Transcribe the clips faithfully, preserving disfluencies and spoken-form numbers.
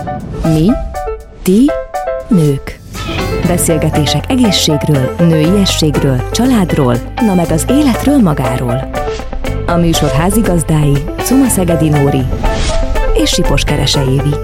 Mi, ti, nők. Beszélgetések egészségről, nőiességről, családról, na meg az életről magáról. A műsor házigazdái Cuma Szegedi Nóri és Sipos Kerese Évi.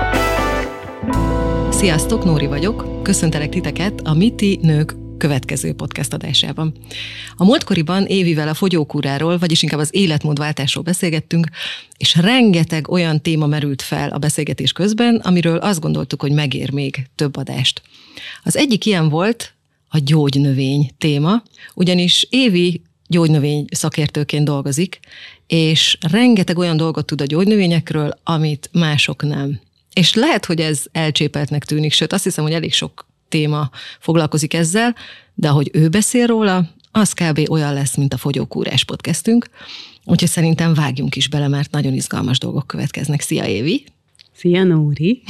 Sziasztok, Nóri vagyok, köszöntelek titeket a Mi, ti, nők következő podcast adásában. A múltkoriban Évivel a fogyókúráról, vagyis inkább az életmódváltásról beszélgettünk, és rengeteg olyan téma merült fel a beszélgetés közben, amiről azt gondoltuk, hogy megér még több adást. Az egyik ilyen volt a gyógynövény téma, ugyanis Évi gyógynövény szakértőként dolgozik, és rengeteg olyan dolgot tud a gyógynövényekről, amit mások nem. És lehet, hogy ez elcsépeltnek tűnik, sőt azt hiszem, hogy elég sok téma foglalkozik ezzel, de ahogy ő beszél róla, az kb. Olyan lesz, mint a fogyókúrás podcastünk, úgyhogy szerintem vágjunk is bele, mert nagyon izgalmas dolgok következnek. Szia, Évi! Szia, Nóri!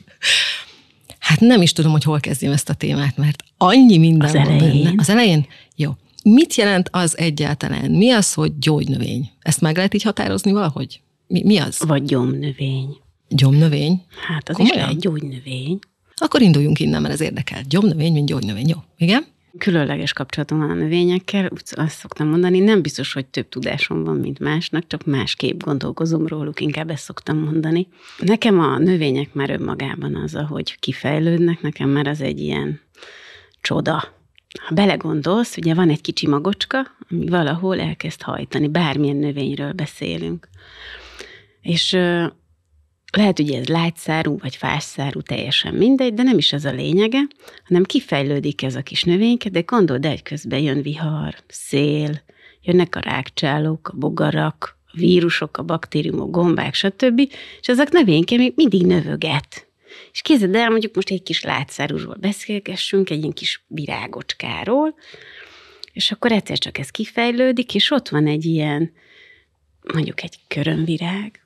Hát nem is tudom, hogy hol kezdjem ezt a témát, mert annyi minden az van elején. benne. Az elején? Jó. Mit jelent az egyáltalán? Mi az, hogy gyógynövény? Ezt meg lehet így határozni valahogy? Mi, mi az? Vagy gyomnövény. Gyomnövény? Hát az Komolyan? is lehet gyógynövény. Akkor induljunk innen, mert ez érdekel. Gyomnövény, mint gyógynövény. Jó, igen? Különleges kapcsolatom van a növényekkel, azt szoktam mondani, nem biztos, hogy több tudásom van, mint másnak, csak másképp gondolkozom róluk, inkább ezt szoktam mondani. Nekem a növények már önmagában az, ahogy kifejlődnek, nekem már az egy ilyen csoda. Ha belegondolsz, ugye van egy kicsi magocska, ami valahol elkezd hajtani, bármilyen növényről beszélünk. És lehet, hogy ez lágyszárú, vagy fásszárú, teljesen mindegy, de nem is ez a lényege, hanem kifejlődik ez a kis növényke, de gondold el, közben jön vihar, szél, jönnek a rágcsálók, a bogarak, a vírusok, a baktériumok, gombák, stb. És ezek növényke még mindig növöget. És képzeld el, mondjuk most egy kis lágyszárúról beszélgessünk, egy ilyen kis virágocskáról, és akkor egyszer csak ez kifejlődik, és ott van egy ilyen, mondjuk egy körömvirág,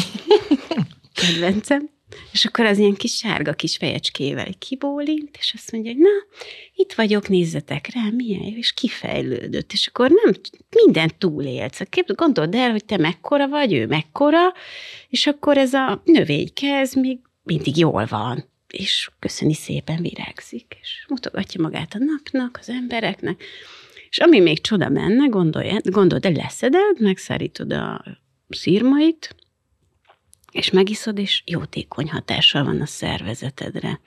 kedvencem, és akkor az ilyen kis sárga kis fejecskével kibólint, és azt mondja, hogy na, itt vagyok, nézzetek rá, milyen jó, és kifejlődött, és akkor nem mindent túlélsz. Gondold el, hogy te mekkora vagy, ő mekkora, és akkor ez a növényke, ez még mindig jól van, és köszöni szépen virágzik, és mutogatja magát a napnak, az embereknek, és ami még csoda benne, gondolj, gondold el, leszeded, megszárítod a szirmait, és megiszod, és jótékony hatással van a szervezetedre.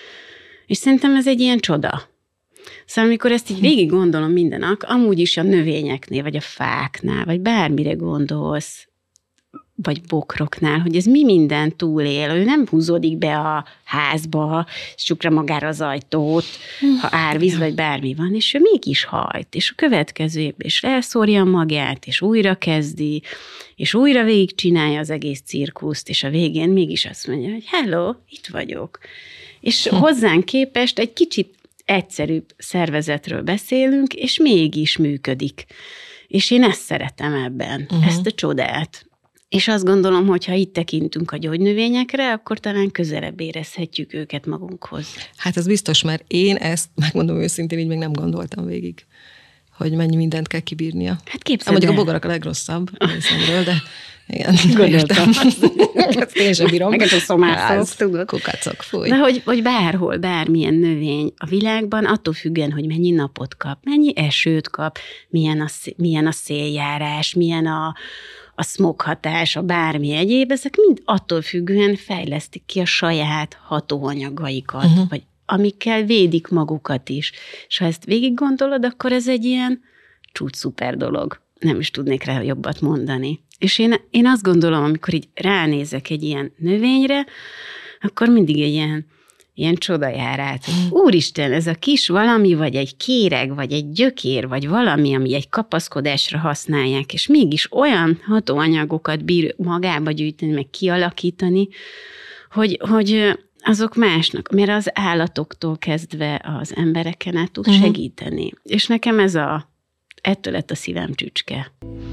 És szerintem ez egy ilyen csoda. Szóval amikor ezt így végig gondolom mindenak, amúgy is a növényeknél, vagy a fáknál, vagy bármire gondolsz, vagy bokroknál, hogy ez mi minden túlél, ő nem húzódik be a házba, és csukra magára az ajtót, ha árvíz, vagy bármi van, és ő mégis hajt, és a következő évben is elszórja magát, és újra kezdi, és újra végigcsinálja az egész cirkuszt, és a végén mégis azt mondja, hogy hello, itt vagyok. És hm. hozzánk képest egy kicsit egyszerűbb szervezetről beszélünk, és mégis működik. És én ezt szeretem ebben, uh-huh. ezt a csodát. És azt gondolom, hogy ha itt tekintünk a gyógynövényekre, akkor talán közelebb érezhetjük őket magunkhoz. Hát ez biztos, mert én ezt, megmondom őszintén, így még nem gondoltam végig, hogy mennyi mindent kell kibírnia. Hát képzeld el. Mondjuk a bogarak a legrosszabb részemről, de igen. Gondoltam. Ezt én sem bírom. Meg a szomászok, tudod. Kukacok, fúj. De hogy, hogy bárhol, bármilyen növény a világban, attól függően, hogy mennyi napot kap, mennyi esőt kap, milyen a, milyen a széljárás, milyen a a smog hatás, a bármi egyéb, ezek mind attól függően fejlesztik ki a saját hatóanyagaikat, uh-huh. vagy amikkel védik magukat is. És ha ezt végig gondolod, akkor ez egy ilyen csúcs szuper dolog. Nem is tudnék rá jobbat mondani. És én, én azt gondolom, amikor így ránézek egy ilyen növényre, akkor mindig egy ilyen Ilyen csodajárát. Úristen, ez a kis valami, vagy egy kéreg, vagy egy gyökér, vagy valami, ami egy kapaszkodásra használják, és mégis olyan hatóanyagokat bír magába gyűjteni, meg kialakítani, hogy, hogy azok másnak, mert az állatoktól kezdve az embereken át tud uh-huh. segíteni. És nekem ez a, ettől lett a szívem csücske.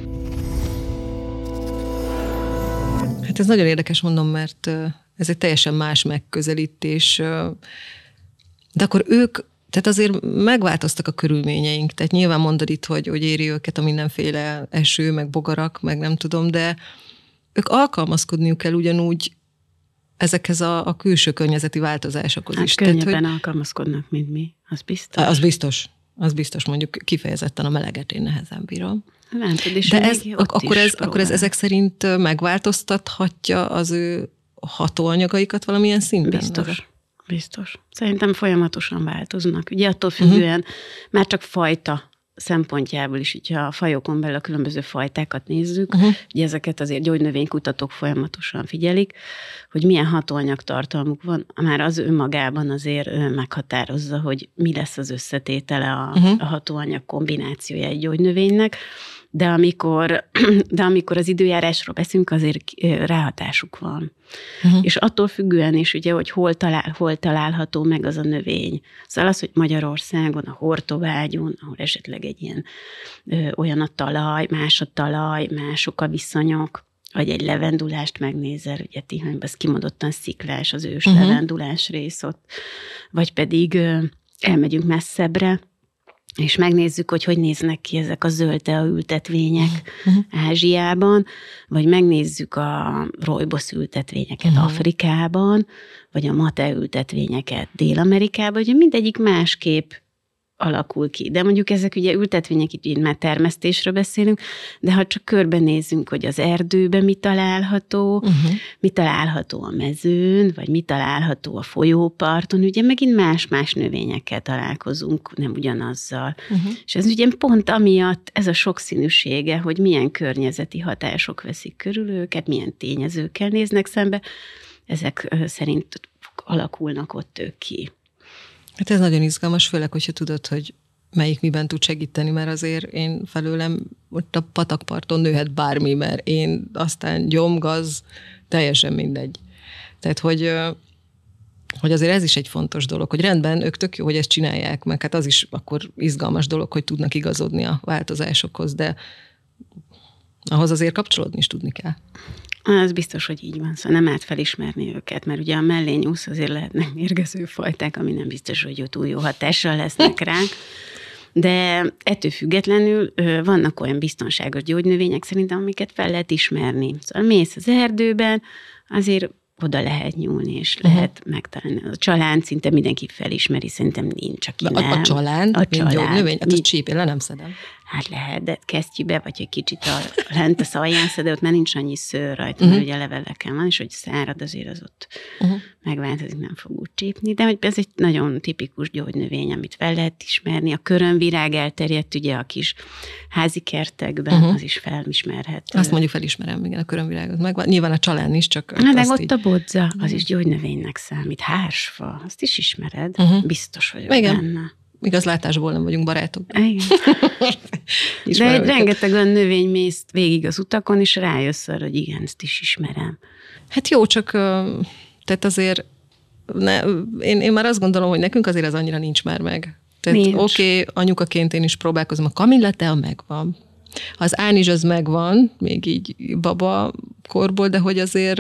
Hát ez nagyon érdekes, mondom, mert ez egy teljesen más megközelítés. De akkor ők, tehát azért megváltoztak a körülményeink. Tehát nyilván mondod itt, hogy, hogy éri őket a mindenféle eső, meg bogarak, meg nem tudom, de ők alkalmazkodniuk kell ugyanúgy ezekhez a, a külső környezeti változásokhoz hát is. könnyebben Tehát, hogy, alkalmazkodnak, mint mi, az biztos. Az biztos. Az biztos, mondjuk kifejezetten a meleget én nehezen bírom. Látod, és de ez, akkor, ez, próbál. akkor ez ezek szerint megváltoztathatja az ő hatóanyagaikat valamilyen szinten? Biztos. Biztos. Szerintem folyamatosan változnak. Ugye attól függően uh-huh. már csak fajta szempontjából is, hogyha a fajokon belül a különböző fajtákat nézzük, uh-huh. ugye ezeket azért gyógynövénykutatók folyamatosan figyelik, hogy milyen hatóanyag tartalmuk van, már az önmagában azért meghatározza, hogy mi lesz az összetétele a, uh-huh. a hatóanyag kombinációja egy gyógynövénynek, de amikor, de amikor az időjárásról beszélünk, azért ráhatásuk van. Uh-huh. És attól függően is, ugye, hogy hol, talál, hol található meg az a növény. Szóval az, hogy Magyarországon, a Hortobágyon, ahol esetleg egy ilyen ö, olyan a talaj, más a talaj, mások a viszonyok, vagy egy levendulást megnézel, ugye Tihanyban az kimondottan sziklás, az ős uh-huh. levendulás rész ott, vagy pedig ö, elmegyünk messzebbre, és megnézzük, hogy hogy néznek ki ezek a zöldtea ültetvények uh-huh. Ázsiában, vagy megnézzük a rojbosz ültetvényeket uh-huh. Afrikában, vagy a mate ültetvényeket Dél-Amerikában, ugye mindegyik másképp alakul ki. De mondjuk ezek ugye ültetvények, itt már termesztésről beszélünk, de ha csak körbenézzünk, hogy az erdőben mi található, uh-huh. mi található a mezőn, vagy mi található a folyóparton, ugye megint más-más növényekkel találkozunk, nem ugyanazzal. Uh-huh. És ez ugye pont amiatt ez a sokszínűsége, hogy milyen környezeti hatások veszik körül őket, milyen tényezőkkel néznek szembe, ezek szerint alakulnak ott ők ki. Hát ez nagyon izgalmas, főleg, hogyha tudod, hogy melyik miben tud segíteni, mert azért én felőlem ott a patakparton nőhet bármi, mert én aztán gyomgaz, teljesen mindegy. Tehát, hogy, hogy azért ez is egy fontos dolog, hogy rendben, ők tök jó, hogy ezt csinálják, meg hát az is akkor izgalmas dolog, hogy tudnak igazodni a változásokhoz, de ahhoz azért kapcsolódni is tudni kell. Az biztos, hogy így van, szóval nem árt felismerni őket, mert ugye a mellényúsz azért lehetnek mérgező fajták, ami nem biztos, hogy ott túl jó hatással lesznek ránk, de ettől függetlenül vannak olyan biztonságos gyógynövények szerintem, amiket fel lehet ismerni. Szóval mész az erdőben, azért oda lehet nyúlni, és uh-huh. lehet megtalálni. A csalánt szinte mindenki felismeri, szerintem nincs, aki nem. A, a csalánt, a mint csalánt, gyógynövény? Hát az csíp, én le nem szedem. Hát lehet, de kesztyűbe, vagy egy kicsit a, lent a szalján szed, ott már nincs annyi szőr rajta, uh-huh. mert ugye a leveleken van, és hogy szárad, azért az ott uh-huh. megváltozik, nem fog úgy csípni. De hogy ez egy nagyon tipikus gyógynövény, amit fel lehet ismerni. A körömvirág elterjedt ugye a kis házi kertekben, uh-huh. az is felismerhető. Azt mondjuk felismerem, igen, a körömvirágot megvan. Nyilván a csalán is, csak... Na, meg ott így... a bodza, az is gyógynövénynek számít. Hársfa, azt is ismered. Uh-huh. Biztos vagyok igen. benne. Igaz, látásból nem vagyunk barátok. Igen. De egy rengeteg olyan növény mész végig az utakon, és rájössz arra, hogy igen, ezt is ismerem. Hát jó, csak tehát azért ne, én, én már azt gondolom, hogy nekünk azért az annyira nincs már meg. Tehát oké, okay, anyukaként én is próbálkozom, a kamilletea megvan. Az ánizs az megvan, még így baba korból, de hogy azért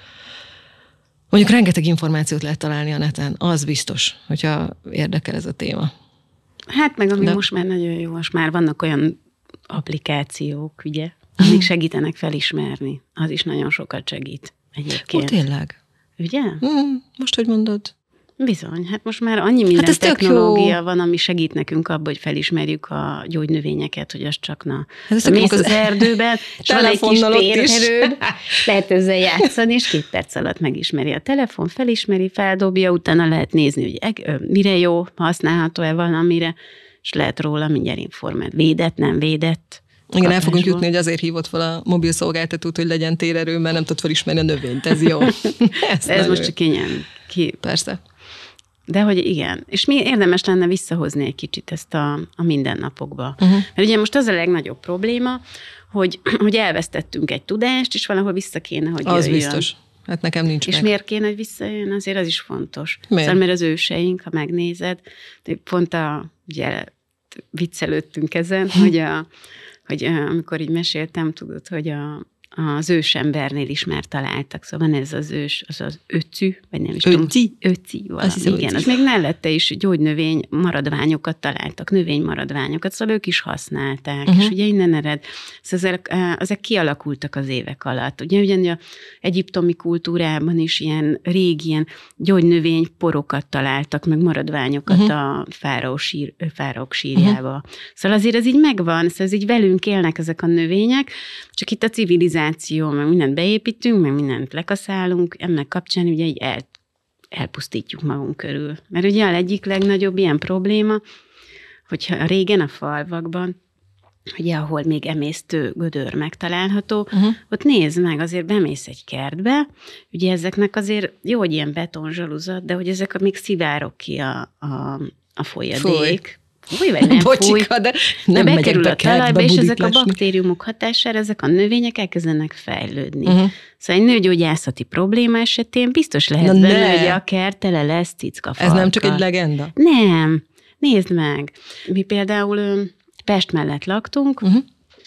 mondjuk rengeteg információt lehet találni a neten, az biztos, hogyha érdekel ez a téma. Hát meg ami de... most már nagyon jó, most már vannak olyan applikációk, ugye, amik segítenek felismerni. Az is nagyon sokat segít egyébként. Ó, tényleg? Ugye? Mm, most, hogy mondod? Bizony, hát most már annyi minden hát technológia van, ami segít nekünk abban, hogy felismerjük a gyógynövényeket, hogy az csak na. Hát mész az, az erdőben, és van egy kis térerőd, lehet ezzel játszani, és két perc alatt megismeri a telefon, felismeri, feldobja, utána lehet nézni, hogy mire jó, használható-e valamire, és lehet róla mindjárt informál. Védett, nem védett. Igen, el fogunk jutni, hogy azért hívott fel a mobil szolgáltatót, hogy legyen térerő, mert nem tud felismerni a növényt, ez jó. ez ez most csak ilyen ki. Persze. De hogy igen, és mi érdemes lenne visszahozni egy kicsit ezt a, a mindennapokba. Uh-huh. Mert ugye most az a legnagyobb probléma, hogy, hogy elvesztettünk egy tudást, és valahol vissza kéne, hogy az jöjjön. Biztos. Hát nekem nincs És meg. miért kéne, hogy visszajön? Azért az is fontos. Miért? Szóval, mert az őseink, ha megnézed, pont a, ugye viccelődtünk ezen, hogy, a, hogy amikor így meséltem, tudod, hogy a az ősembernél is már találtak, szóval van ez az ős, az az öcű, vagy nem is öci? tudom. Öci. Valami, hiszem, igen, öci. az még mellette is gyógynövény maradványokat találtak, növénymaradványokat, szóval ők is használták, uh-huh. és ugye innen ered. Szóval ezek, ezek kialakultak az évek alatt. Ugye ugyan a egyiptomi kultúrában is ilyen régi ilyen gyógynövény porokat találtak, meg maradványokat uh-huh. a fáraó sír, fáraók sírjába. Uh-huh. Szóval azért ez így megvan, szóval ez így velünk élnek ezek a növények, csak itt a civilizáció, meg mindent beépítünk, meg mindent lekaszálunk, ennek kapcsán ugye így el, elpusztítjuk magunk körül. Mert ugye az egyik legnagyobb ilyen probléma, hogyha régen a falvakban, ugye ahol még emésztő gödör megtalálható, uh-huh. ott nézd meg, azért bemész egy kertbe, ugye ezeknek azért jó, hogy ilyen betonzsaluzat, de hogy ezek még szivárok ki a, a, a folyadék. Fúj. Fúj, vagy nem Bocsika, fúj, de nem de megyek bekerül be a talajba, és ezek lesni. a baktériumok hatására ezek a növények elkezdenek fejlődni. Uh-huh. Szóval egy nőgyógyászati probléma esetén biztos lehet Na benne, ne. hogy a kert tele lesz cickafalkkal. Ez nem csak egy legenda? Nem. Nézd meg. Mi például ö, Pest mellett laktunk, uh-huh.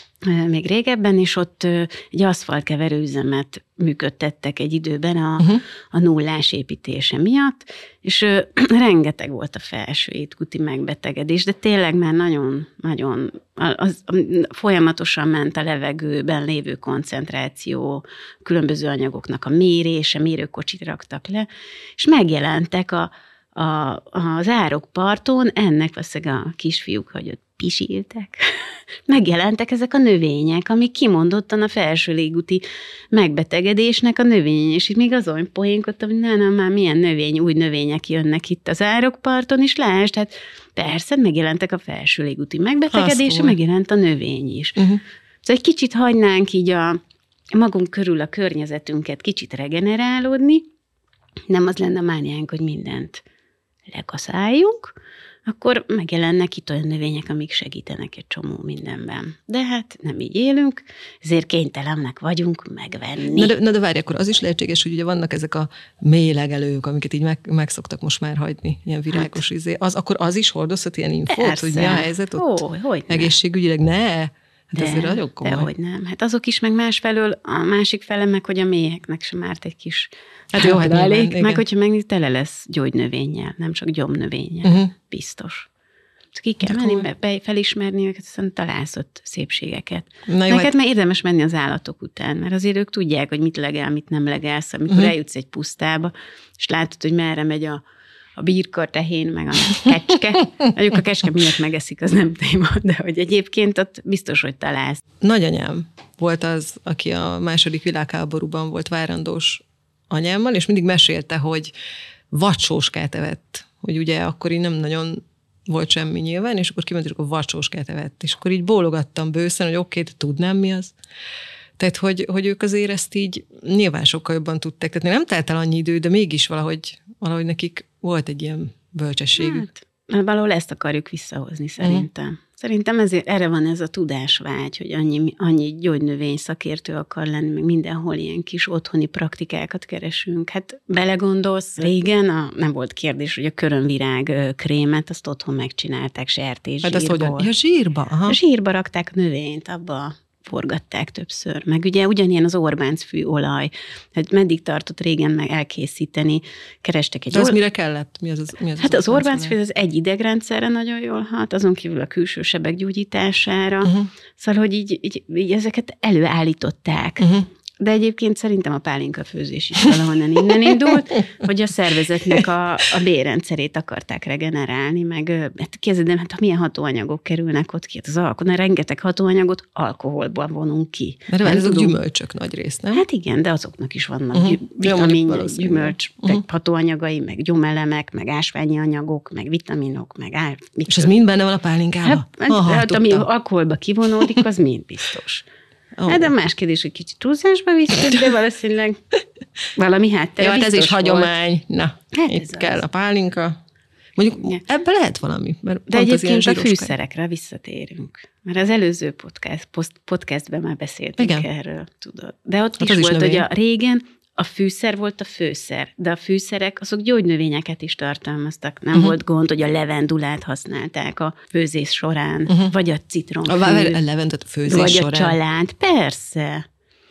még régebben, és ott egy aszfaltkeverő üzemet működtettek egy időben a, uh-huh. a nullás építése miatt, és ö, rengeteg volt a felső étkuti megbetegedés, de tényleg már nagyon, nagyon az, az, folyamatosan ment a levegőben lévő koncentráció, különböző anyagoknak a mérése, mérőkocsit raktak le, és megjelentek a, a, az árokparton, ennek valószínűleg a kisfiúk, hogy ott pisiltek, megjelentek ezek a növények, amik kimondottan a felső légúti megbetegedésnek a növény, és itt még azon poénkodtam, hogy nem, nem, már milyen növény, új növények jönnek itt az árokparton, és lásd, hát persze, megjelentek a felső légúti megbetegedése, megjelent a növény is. Uh-huh. Szóval egy kicsit hagynánk így a magunk körül a környezetünket kicsit regenerálódni, nem az lenne mániánk, hogy mindent lekaszáljunk, akkor megjelennek itt olyan növények, amik segítenek egy csomó mindenben. De hát nem így élünk, ezért kénytelenek vagyunk megvenni. Na de, na de várj, akkor az is lehetséges, hogy ugye vannak ezek a mély legelők, amiket így meg, meg szoktak most már hagyni, ilyen virágos hát, izé. Az, akkor az is hordozhat ilyen infót, persze. Hogy mi a helyzet ott? Ó, hogy egészségügyileg? Ne! Hát de, azért nagyon komoly. Dehogy nem. Hát azok is, meg másfelől, a másik fele meg, hogy a méheknek sem árt egy kis hát jó, hát elég, nyilván, meg hogyha megnéz, tele lesz gyógynövényel, nem csak gyomnövényel. Uh-huh. Biztos. Ki kell de menni, be, felismerni őket, aztán találsz ott szépségeket. Na jó, neked hát... már érdemes menni az állatok után, mert azért ők tudják, hogy mit legel, mit nem legelsz. Amikor uh-huh. eljutsz egy pusztába, és látod, hogy merre megy a a birka, a tehén, meg a kecske. Mondjuk a kecske miatt megeszik, az nem téma, de hogy egyébként ott biztos, hogy találsz. Nagyanyám volt az, aki a második világháborúban volt várandós anyámmal, és mindig mesélte, hogy vacsóskát evett, hogy ugye akkor így nem nagyon volt semmi nyilván, és akkor kiment, és akkor vacsóskát evett. És akkor így bólogattam bőszen, hogy oké, okay, tudnám mi az. Tehát, hogy, hogy ők azért ezt így nyilván sokkal jobban tudták. Tehát nem telt el annyi idő, de mégis valahogy, valahogy nekik volt egy ilyen bölcsességük. Hát, valahol ezt akarjuk visszahozni szerintem. Uh-huh. Szerintem ezért, erre van ez a tudásvágy, hogy annyi, annyi gyógynövény szakértő akar lenni, meg mindenhol ilyen kis otthoni praktikákat keresünk. Hát belegondolsz, régen a, nem volt kérdés, hogy a körömvirág krémet, azt otthon megcsinálták sertészsírból. Hát azt hogyan? Ja, zsírba? Aha. A zsírba rakták a növényt, abba forgatták többször. Meg ugye ugyanilyen az Orbáncfű olaj, hogy meddig tartott régen meg elkészíteni, kerestek egy... De az or... mire kellett? Mi az, az, mi az hát az az Orbáncfű az egy idegrendszerre nagyon jól hat, azon kívül a külső sebek gyógyítására, uh-huh. szóval, hogy így, így, így ezeket előállították. Uh-huh. De egyébként szerintem a pálinka főzés is valahonnan innen indult, hogy a szervezetnek a, a bérrendszerét akarták regenerálni, meg hát képzeld, hát milyen hatóanyagok kerülnek ott ki, hát az alkohol, rengeteg hatóanyagot alkoholban vonunk ki. Mert nem ezek gyümölcsök nagy rész, nem? Hát igen, de azoknak is vannak uh-huh. vitamin, gyümölcs, uh-huh. hatóanyagai, meg gyomelemek, meg ásványi anyagok, meg vitaminok, meg ár... És ez mind benne van a pálinkában? Hát, Aha, hát ami alkoholba kivonódik, az mind biztos. Oh. Hát de más kérdés, hogy kicsit túlzásba visszük, de valószínűleg valami háttere. Ja, hát ez is hagyomány. Volt. Na, hát itt kell az. A pálinka. Mondjuk ja. Ebben lehet valami. Mert de egyébként a fűszerekre visszatérünk. Mert az előző podcast, podcastben már beszéltünk Igen. erről, tudod. De ott hát is volt, hogy a régen a fűszer volt a főszer, de a fűszerek azok gyógynövényeket is tartalmaztak. Nem uh-huh. volt gond, hogy a levendulát használták a főzés során, uh-huh. vagy a citromfű. A, a levendulát a főzés vagy során. Vagy a család, persze.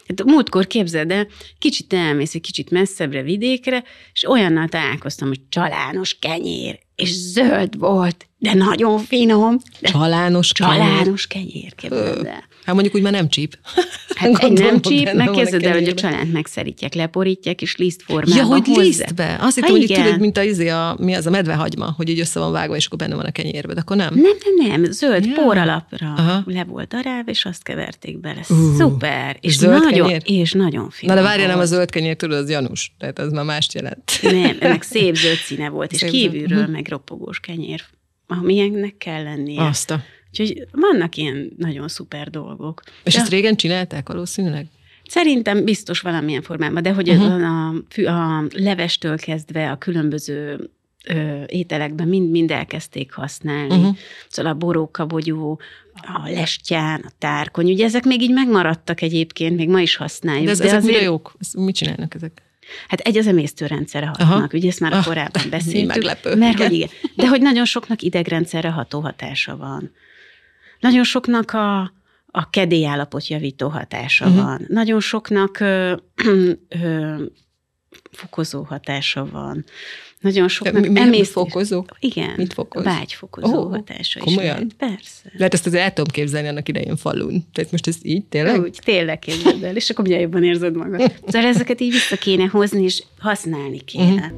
Hát múltkor képzeld el, kicsit elmész, egy kicsit messzebbre vidékre, és olyannal találkoztam, hogy csalános kenyér, és zöld volt, de nagyon finom. De csalános kenyér? Csalános kenyér, képzeld el. Hát mondjuk úgy már nem csíp. Hát egy nem csíp, meg képzeld el, hogy a csalánt megszerítják, leporítják, és lisztformában ja, hogy hozzá. lisztbe? Azt hittem, hogy tudod, mint a, izé a, mi az a medvehagyma, hogy így össze van vágva, és akkor benne van a kenyérbe, de akkor nem? Nem, nem, nem, zöld ja. poralapra Aha. le volt darálva, és azt keverték bele. Uh, Szuper! És zöld nagyon, kenyér? és nagyon finom. Na de várjál, nem a zöld kenyér, tudod, az janus, tehát az már mást jelent. Nem, ennek szép zöld színe volt, és szép kívülről zöld. meg ropogós kenyér, amilyennek kell lennie. Azt a. Úgyhogy vannak ilyen nagyon szuper dolgok. És de ezt régen csinálták valószínűleg? Szerintem biztos valamilyen formában, de hogy uh-huh. a, a, a levestől kezdve a különböző ö, ételekben mind-mind elkezdték használni. Uh-huh. Szóval a borókabogyó, a lestyán, a tárkony, ugye ezek még így megmaradtak egyébként, még ma is használjuk. De, ez, de ezek azért... mire jók? Ezt mit csinálnak ezek? Hát egy az emésztőrendszerre hatnak, Aha. ugye ezt már ah, korábban beszéltük. Meglepő. Mert igen. Hogy igen. De hogy nagyon soknak idegrendszerre ható hatása van. Nagyon soknak a, a kedélyállapot javító hatása uh-huh. van. Nagyon soknak ö, ö, fokozó hatása van. Nagyon soknak mi, mi emésztés... fokozó? Igen. Mit fokoz? Vágyfokozó oh, hatása komolyan? is. Persze. Lehet ezt azért el tudom képzelni annak idején falun. Tehát most ez így tényleg? Úgy, tényleg képzeld el, és akkor milyen jobban érzed magad. Szóval ezeket így vissza kéne hozni, és használni kéne.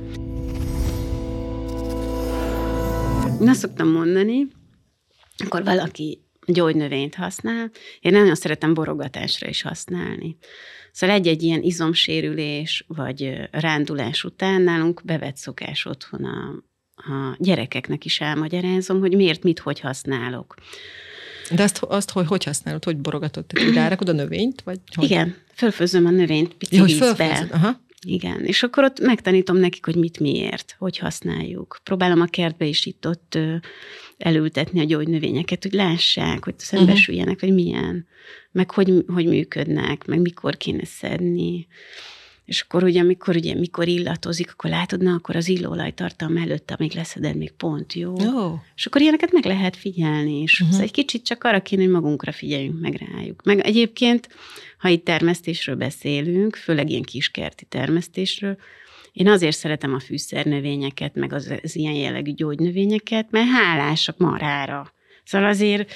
Uh-huh. Én azt szoktam mondani, akkor valaki gyógynövényt használ, én nagyon szeretem borogatásra is használni. Szóval egy-egy ilyen izomsérülés, vagy rándulás után nálunk bevett szokás otthon a, a gyerekeknek is elmagyarázom, hogy miért, mit, hogy használok. De azt, azt hogy, hogy használod, hogy borogatod? Tehát rárakod a növényt? Vagy hogy? Igen, fölfőzöm a növényt pici ja, hogy vízbe. Aha. Igen, és akkor ott megtanítom nekik, hogy mit miért, hogy használjuk. Próbálom a kertbe is itt-ott elültetni a gyógynövényeket, hogy lássák, hogy szembesüljenek, uh-huh. hogy milyen, meg hogy, hogy működnek, meg mikor kéne szedni. És akkor ugye, amikor, ugye, mikor illatozik, akkor látod, na, akkor az illóolaj tartalma előtt, amíg leszeded, még pont jó. Oh. És akkor ilyeneket meg lehet figyelni is. Uh-huh. Szóval egy kicsit csak arra kéne, hogy magunkra figyeljünk meg rájuk. Meg egyébként, ha itt termesztésről beszélünk, főleg ilyen kiskerti termesztésről, én azért szeretem a fűszernövényeket, meg az, az ilyen jellegű gyógynövényeket, mert hálásak marára. Szóval azért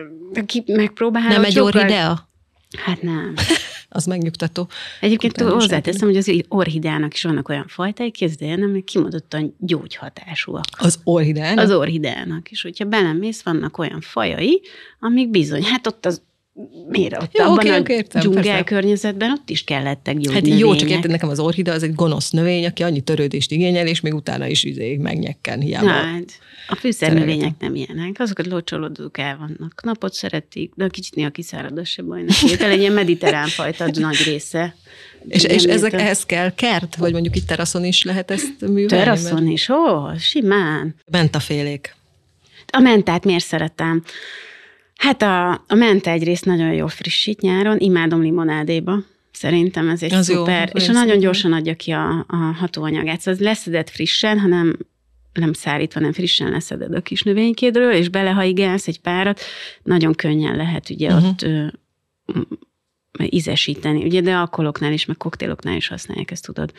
ki megpróbálod. Nem egy sokkal... orchidea? Hát nem. Az megnyugtató. Egyébként hozzáteszem, hogy az orchideának is vannak olyan fajtái, képzeld el, nem, kimondottan gyógyhatásúak. Az orchideának? Az orchideának is. Hogyha belemész, vannak olyan fajai, amik bizony, hát ott az miért ott ja, abban okay, a okay, értem, dzsungel persze. környezetben ott is kellettek gyógynövények. Hát jó, csak érted, nekem az orchidea az egy gonosz növény, aki annyi törődést igényel, és még utána is izé megnyekken, hiába. Na, hát, a fűszernövények nem ilyenek. Azokat locsolódók el vannak. Napot szeretik, de kicsit néha kiszárad, az se baj neki. Ez egy ilyen mediterrán fajta nagy része. És, és ezek, ehhez kell kert? Vagy mondjuk itt teraszon is lehet ezt művelni? Teraszon mert... is, ó, simán. Mentafélék. A mentát miért szeretem? Hát a, a menta egyrészt nagyon jól frissít nyáron, imádom limonádéba. Szerintem ez egy az szuper, jó, és nagyon gyorsan adja ki a, a hatóanyagát. Szóval leszeded frissen, hanem nem szárítva, nem frissen leszeded a kis növénykédről, és belehaigálsz egy párat, nagyon könnyen lehet ugye uh-huh. ott ö, ízesíteni. Ugye, de alkoholoknál is, meg koktéloknál is használják, ezt tudod.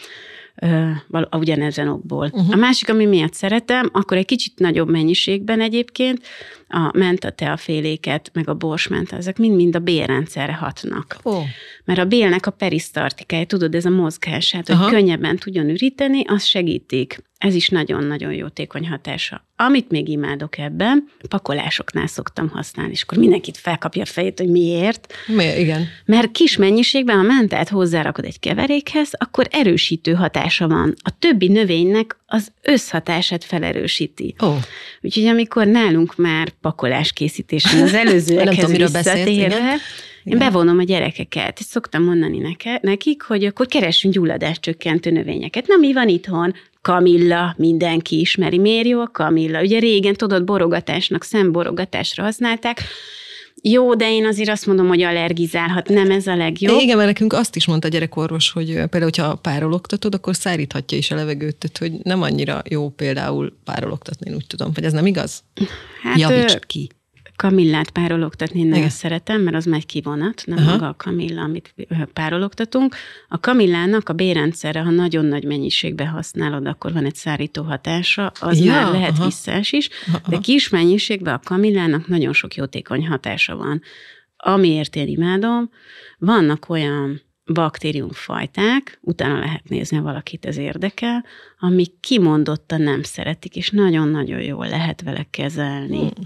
Uh, ugyanezen okból. Uh-huh. A másik, ami miatt szeretem, akkor egy kicsit nagyobb mennyiségben egyébként a menta teaféléket, meg a borsmenta, ezek mind-mind a bélrendszerre hatnak. Oh. Mert a bélnek a perisztartikája, tudod, ez a mozgását, hogy Aha. könnyebben tudjon üríteni, az segítik. Ez is nagyon-nagyon jótékony hatása. Amit még imádok ebben, pakolásoknál szoktam használni, és akkor mindenkit felkapja a fejét, hogy miért. Miért? Igen. Mert kis mennyiségben, ha mentát hozzárakod egy keverékhez, akkor erősítő hatása van. A többi növénynek az összhatását felerősíti. Oh. Úgyhogy amikor nálunk már pakolás készítésen az előzőekhez visszatérve, én bevonom a gyerekeket, és szoktam mondani neke, nekik, hogy akkor keressünk gyulladáscsökkentő növényeket. Na, mi van itthon? Kamilla, mindenki ismeri. Miért jó a kamilla? Ugye régen, tudod, borogatásnak, szemborogatásra használták. Jó, de én azért azt mondom, hogy allergizálhat, nem ez a legjobb. Igen, mert nekünk azt is mondta a gyerekorvos, hogy például, hogyha párologtatod, akkor száríthatja is a levegőt, tehát hogy nem annyira jó például párologtatni, én úgy tudom, vagy ez nem igaz? Hát, Javíts ki. kamillát párologtatni én nagyon Igen. szeretem, mert az megy kivonat, nem Aha. maga a kamilla, amit párologtatunk. A kamillának a bérrendszerre, ha nagyon nagy mennyiségben használod, akkor van egy szárító hatása, az Ja, már lehet aha. visszás is, Aha. de kis mennyiségben a kamillának nagyon sok jótékony hatása van. Amiért én imádom, vannak olyan baktériumfajták, utána lehet nézni, ha valakit ez érdekel, amik kimondottan nem szeretik, és nagyon-nagyon jól lehet vele kezelni. Hmm.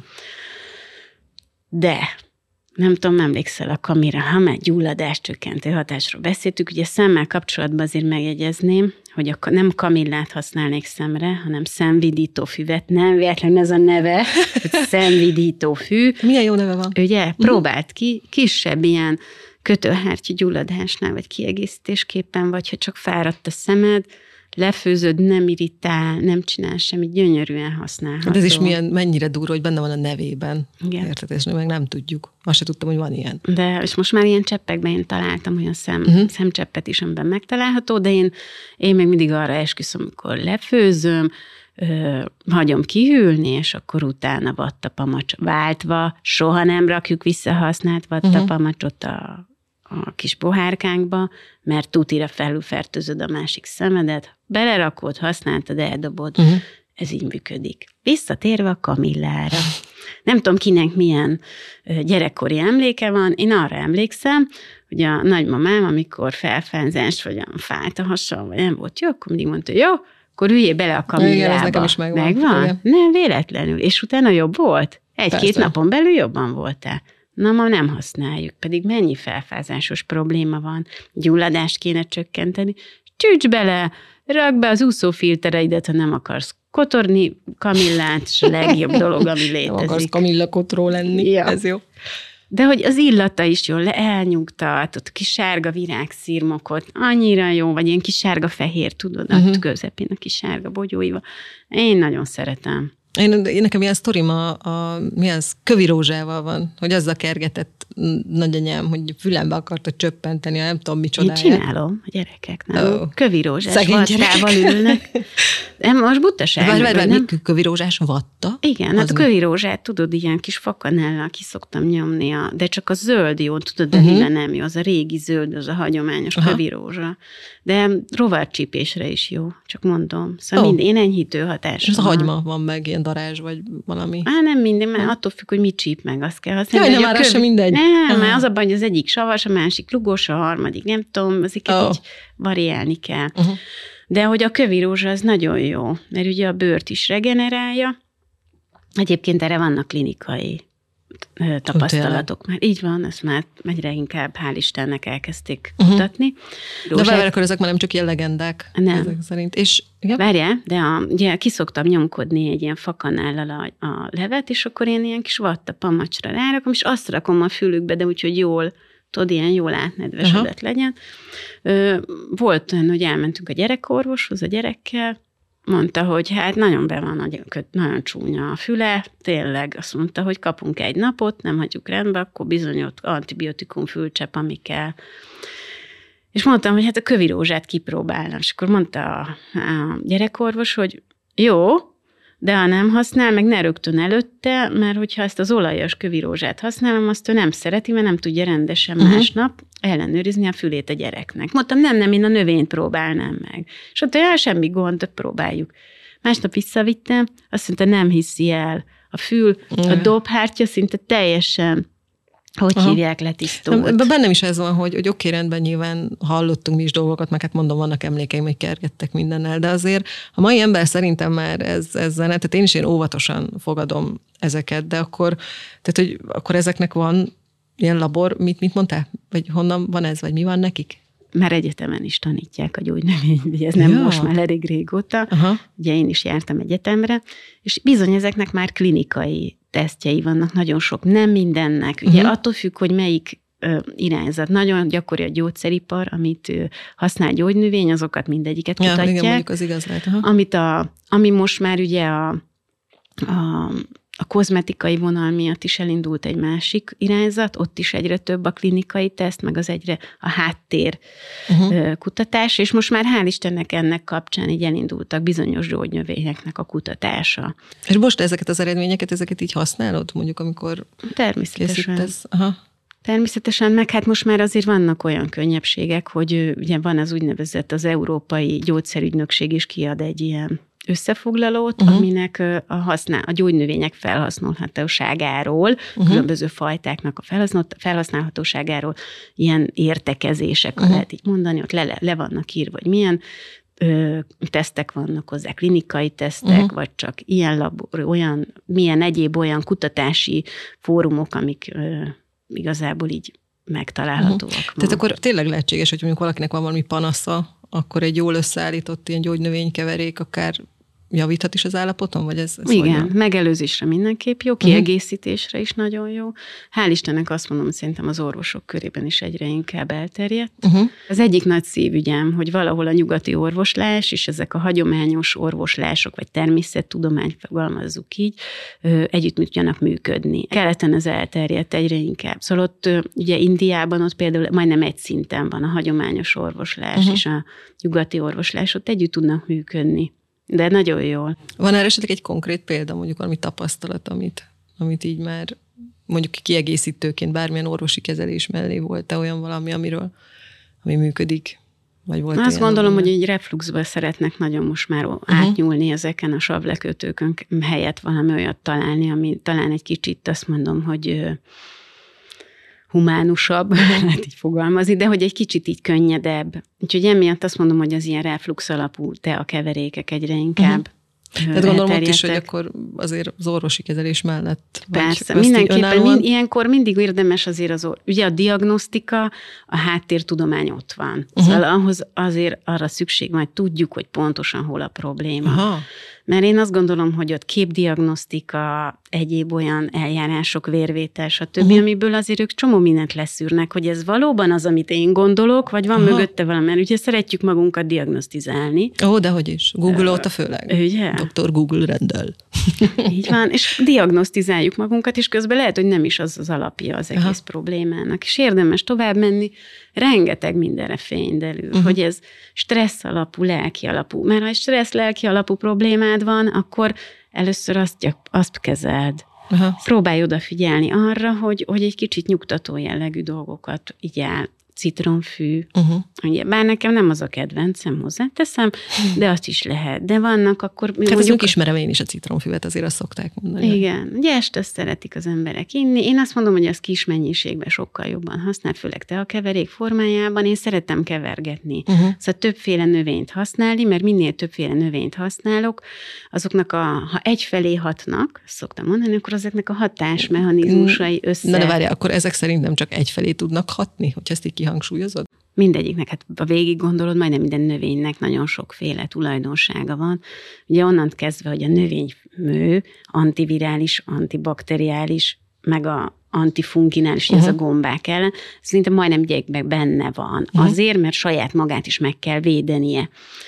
De, nem tudom, emlékszel a kamira, ha már gyulladás csökkentő hatásról beszéltük, ugye szemmel kapcsolatban azért megjegyezném, hogy a, nem kamillát használnék szemre, hanem szemvidító füvet, nem véletlenül ez a neve, hogy szemvidító fű. Milyen jó neve van. Ugye, próbált ki, kisebb ilyen kötőhártya gyulladásnál, vagy kiegészítésképpen, vagy ha csak fáradt a szemed, lefőzöd, nem irritál, nem csinál semmit, gyönyörűen használható. De ez is milyen, mennyire durva, hogy benne van a nevében. Igen. Érted, és meg nem tudjuk. Azt se tudtam, hogy van ilyen. De, és most már ilyen cseppekben én találtam olyan szem, Uh-huh. szemcseppet is, amiben megtalálható, de én, én még mindig arra esküszöm, amikor lefőzöm, ö, hagyom kihűlni, és akkor utána vattapamacs váltva, soha nem rakjuk visszahasznált vattapamacsot a a kis pohárkánkba, mert tutira felülfertőzöd a másik szemedet, belerakod, használtad, eldobod, uh-huh. ez így működik. Visszatérve a kamillára. Nem tudom, kinek milyen gyerekkori emléke van, én arra emlékszem, hogy a nagymamám, amikor felfenzás, vagy fájt a hasam, vagy nem volt jó, akkor mindig mondta, jó, akkor üljél bele a kamillába. Igen, ez nekem is megvan. Megvan? Igen. Nem, véletlenül. És utána jobb volt? Egy-két Persze. napon belül jobban voltál. Na, ma nem használjuk, pedig mennyi felfázásos probléma van, gyulladást kéne csökkenteni, csücs bele, rakd be az úszófiltereidet, ha nem akarsz kotorni kamillát, és a legjobb dolog, ami létezik. Nem akarsz kamillakotró lenni, Ja. ez jó. De hogy az illata is jól elnyugtat, ott kis sárga virágszirmokot, annyira jó, vagy ilyen kis sárga-fehér, tudod, uh-huh. ott közepén a kis sárga bogyóival. Én nagyon szeretem. Én, én nekem ilyen sztorim a, a mi az, kövi rózsával van, hogy azzal kergetett nagyanyám, hogy fülembe akarta csöppenteni, nem tudom micsodáját. Én csinálom a gyerekeknek. Oh. Kövi rózsás Szegény vattával gyerekek. ülnek. Nem, most butaság. Várj, várj, várj, nem? mi kövi rózsás vatta? Igen, Az hát a mi? kövi rózsát, tudod, ilyen kis fakanellal ki szoktam nyomni, a, de csak a zöld jó, tudod, a Uh-huh. lila nem jó, az a régi zöld, az a hagyományos Aha. kövi rózsa. De rovarcsípésre is jó, csak mondom. Szóval Ó. oh. minden enyhítő hatás. És az a hagyma van meg, ilyen darázs, vagy valami. Á, nem minden, mert attól függ, hogy mit csíp meg, azt kell használni. Jaj, de nem, a már az sem mindegy. Nem, Aha. mert az a baj, hogy az egyik savas, a másik lugos, a harmadik nem tudom, azokat Ó. így variálni kell. Uh-huh. De hogy a kövi rózsa az nagyon jó, mert ugye a bőrt is regenerálja. Egyébként erre vannak klinikai ö, tapasztalatok. Már így van, ezt már egyre inkább, hál' Istennek elkezdték uh-huh. kutatni. De várj, akkor ezek már nem csak ilyen legendák. Nem. Ezek szerint. És, ja? Várjál, de a, ugye kiszoktam nyomkodni egy ilyen fakanállal a, a levet, és akkor én ilyen kis vatta pamacsra rárakom, és azt rakom a fülükbe, de úgyhogy jól, tudod, ilyen jól átnedvesedett legyen. Ö, volt olyan, hogy elmentünk a gyerekorvoshoz a gyerekkel, mondta, hogy hát nagyon be van, nagyon, nagyon csúnya a füle, tényleg azt mondta, hogy kapunk egy napot, nem hagyjuk rendbe, akkor bizony ott antibiotikum fülcsepp, ami kell. És mondtam, hogy hát a kövi rózsát kipróbálnám. És akkor mondta a, a gyerekorvos, hogy jó, de ha nem használ, meg ne rögtön előtte, mert hogyha ezt az olajos kövi rózsát használom, azt ő nem szereti, mert nem tudja rendesen uh-huh. másnap ellenőrizni a fülét a gyereknek. Mondtam, nem, nem, én a növényt próbálnám meg. És ott olyan semmi gond, próbáljuk. Másnap visszavittem, azt mondta, nem hiszi el. A fül, uh-huh. a dobhártya szinte teljesen, hogy Aha. hívják, letisztult. Bennem is ez van, hogy, hogy oké, rendben nyilván hallottunk mi is dolgokat, meg hát mondom, vannak emlékeim, hogy kergettek mindennel, de azért a mai ember szerintem már ez, ezzel, tehát én is én óvatosan fogadom ezeket, de akkor, tehát, hogy akkor ezeknek van ilyen labor, mit, mit mondtál? Vagy honnan van ez, vagy mi van nekik? Már egyetemen is tanítják a gyógynövényt, ez nem ja. most már elég régóta. Aha. Ugye én is jártam egyetemre, és bizony ezeknek már klinikai tesztjei vannak, nagyon sok, nem mindennek. Ugye uh-huh. attól függ, hogy melyik ö, irányzat. Nagyon gyakori a gyógyszeripar, amit ö, használ gyógynövény, azokat mindegyiket ja, kutatják. Igen, mondjuk az igaz lehet. Aha. Amit a, ami most már ugye a, a A kozmetikai vonal miatt is elindult egy másik irányzat, ott is egyre több a klinikai teszt, meg az egyre a háttér uh-huh. kutatás, és most már hál' Istennek ennek kapcsán így elindultak bizonyos gyógynövényeknek a kutatása. És most ezeket az eredményeket, ezeket így használod, mondjuk, amikor Természetesen. készítesz? Aha. Természetesen, meg hát most már azért vannak olyan könnyebbségek, hogy ugye van az úgynevezett az Európai Gyógyszerügynökség is kiad egy ilyen összefoglalót, uh-huh. aminek a, használ, a gyógynövények felhasználhatóságáról, uh-huh. különböző fajtáknak a felhasználhatóságáról ilyen értekezések, uh-huh. lehet így mondani, ott le, le vannak írva, hogy milyen ö, tesztek vannak hozzá, klinikai tesztek, uh-huh. vagy csak ilyen labor, olyan, milyen egyéb olyan kutatási fórumok, amik ö, igazából így megtalálhatóak. Uh-huh. Tehát akkor tényleg lehetséges, hogy mondjuk valakinek van valami panasza, akkor egy jól összeállított ilyen gyógynövénykeverék akár javíthat is az állapoton, vagy ez? ez Igen, megelőzésre mindenképp jó, kiegészítésre uh-huh. is nagyon jó. Hál' Istennek azt mondom, hogy szerintem az orvosok körében is egyre inkább elterjedt. Uh-huh. Az egyik nagy szívügyem, hogy valahol a nyugati orvoslás, és ezek a hagyományos orvoslások, vagy természettudomány, fogalmazzuk így, együtt tudjanak működni. Keleten ez elterjedt egyre inkább. Szóval ott ugye Indiában ott például majdnem egy szinten van a hagyományos orvoslás, uh-huh. és a nyugati orvoslás, ott együtt tudnak működni. De nagyon jól. Van erre esetleg egy konkrét példa, mondjuk valami tapasztalat, amit, amit így már mondjuk kiegészítőként bármilyen orvosi kezelés mellé volt-e olyan valami, amiről, ami működik? Vagy volt Azt gondolom, hogy egy refluxba szeretnek nagyon most már uh-huh. átnyúlni ezeken a savlekötőkön helyett valami olyat találni, ami talán egy kicsit azt mondom, hogy humánusabb, lehet így fogalmazni, de hogy egy kicsit így könnyedebb. Úgyhogy emiatt azt mondom, hogy az ilyen reflux alapú teakeverékek egyre inkább uh-huh. Tehát gondolom ott is, hogy akkor azért az orvosi kezelés mellett. Persze, mindenképpen mind, ilyenkor mindig érdemes azért az, ugye a diagnosztika, a háttértudomány ott van. Uh-huh. Szóval ahhoz azért arra szükség van, hogy tudjuk, hogy pontosan hol a probléma. Aha. Mert én azt gondolom, hogy ott képdiagnosztika, egyéb olyan eljárások, vérvétel, stb., uh-huh. amiből azért ők csomó mindent leszűrnek, hogy ez valóban az, amit én gondolok, vagy van Aha. mögötte valami, mert ugye szeretjük magunkat diagnosztizálni. Ó, dehogy is. Google óta főleg. Ugye? doktor Google rendel. Így van, és diagnosztizáljuk magunkat, és közben lehet, hogy nem is az az alapja az egész Aha. problémának. És érdemes tovább menni, rengeteg mindenre fény derül, uh-huh. hogy ez stressz alapú, lelki alapú. Mert ha egy stressz lelki alapú problémád van, akkor először azt, azt kezeld. Aha. Próbálj odafigyelni arra, hogy, hogy egy kicsit nyugtató jellegű dolgokat igyál. Citromfű. Uh-huh. Ugye, bár nekem nem az a kedvencem, hozzáteszem, de azt is lehet. De vannak akkor... Hát mondjuk ismerem én is a citromfüvet, azért azt szokták mondani. Igen. Ugye este szeretik az emberek inni. Én azt mondom, hogy az kis mennyiségben sokkal jobban használ, főleg teakeverék formájában. Én szeretem kevergetni. Uh-huh. Szóval többféle növényt használni, mert minél többféle növényt használok, azoknak a, ha egyfelé hatnak, szoktam mondani, akkor ezeknek a hatásmechanizmusai össze... Na de várjál, akkor ezek szerint nem csak egyfelé tudnak hatni, hogy ezt így kihangsúlyozod? Mindegyiknek, hát ha végig gondolod, majdnem minden növénynek nagyon sokféle tulajdonsága van. Ugye onnan kezdve, hogy a növénymű antivirális, antibakteriális, meg a antifunkinális, uh-huh. ez a gombák ellen, szerintem majdnem gyekben benne van. Uh-huh. Azért, mert saját magát is meg kell védenie.